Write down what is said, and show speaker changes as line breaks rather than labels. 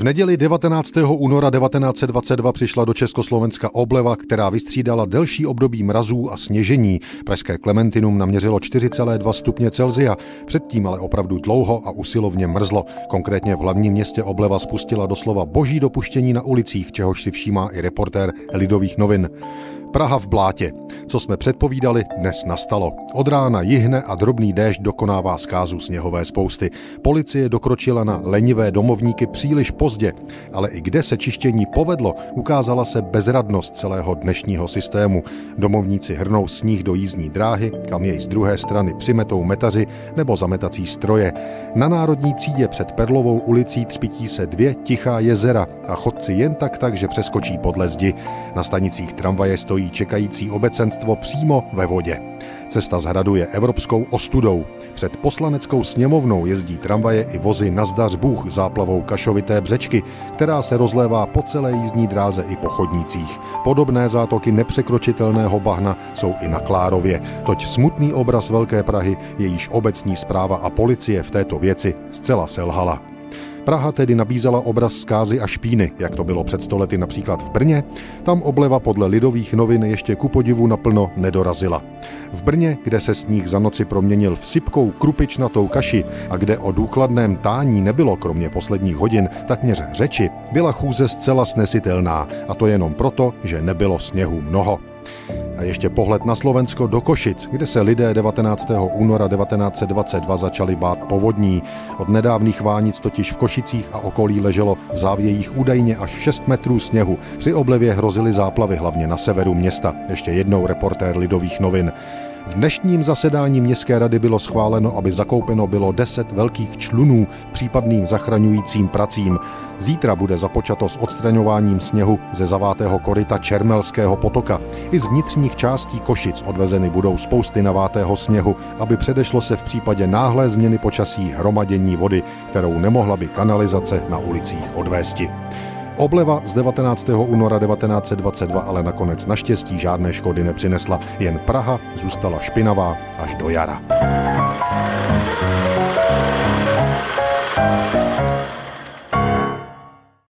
V neděli 19. února 1922 přišla do Československa obleva, která vystřídala delší období mrazů a sněžení. Pražské Klementinum naměřilo 4,2 stupně Celsia, předtím ale opravdu dlouho a usilovně mrzlo. Konkrétně v hlavním městě obleva spustila doslova boží dopuštění na ulicích, čehož si všímá i reportér Lidových novin. Praha v blátě. Co jsme předpovídali, dnes nastalo. Od rána jihne a drobný déšť dokonává zkázu sněhové spousty. Policie dokročila na lenivé domovníky příliš pozdě, ale i kde se čištění povedlo, ukázala se bezradnost celého dnešního systému. Domovníci hrnou sníh do jízdní dráhy, kam jej z druhé strany přimetou metaři nebo zametací stroje. Na Národní třídě před Perlovou ulicí třpití se 2 tichá jezera a chodci jen tak, že přeskočí podle zdi. Na stanicích tramvaje stojí čekající obecenstvo přímo ve vodě. Cesta z hradu je evropskou ostudou. Před Poslaneckou sněmovnou jezdí tramvaje i vozy nazdař Bůh záplavou kašovité Břečky, která se rozlévá po celé jízdní dráze i po chodnících. Podobné zátoky nepřekročitelného bahna jsou i na Klárově. Toť smutný obraz Velké Prahy, jejíž obecní správa a policie v této věci zcela selhala. Praha tedy nabízela obraz zkázy a špíny, jak to bylo před 100 lety například v Brně. Tam obleva podle Lidových novin ještě ku podivu naplno nedorazila. V Brně, kde se sníh za noci proměnil v sypkou krupičnatou kaši a kde o důkladném tání nebylo kromě posledních hodin takměř řeči, byla chůze zcela snesitelná, a to jenom proto, že nebylo sněhu mnoho. A ještě pohled na Slovensko do Košic, kde se lidé 19. února 1922 začali bát povodní. Od nedávných vánic totiž v Košicích a okolí leželo v závějích údajně až 6 metrů sněhu. Při oblevě hrozily záplavy hlavně na severu města. Ještě jednou reportér Lidových novin. V dnešním zasedání městské rady bylo schváleno, aby zakoupeno bylo 10 velkých člunů k případným zachraňujícím pracím. Zítra bude započato s odstraňováním sněhu ze zavátého koryta Čermelského potoka. I z vnitřních částí Košic odvezeny budou spousty navátého sněhu, aby předešlo se v případě náhlé změny počasí hromadění vody, kterou nemohla by kanalizace na ulicích odvésti. Obleva z 19. února 1922 ale nakonec naštěstí žádné škody nepřinesla, jen Praha zůstala špinavá až do jara.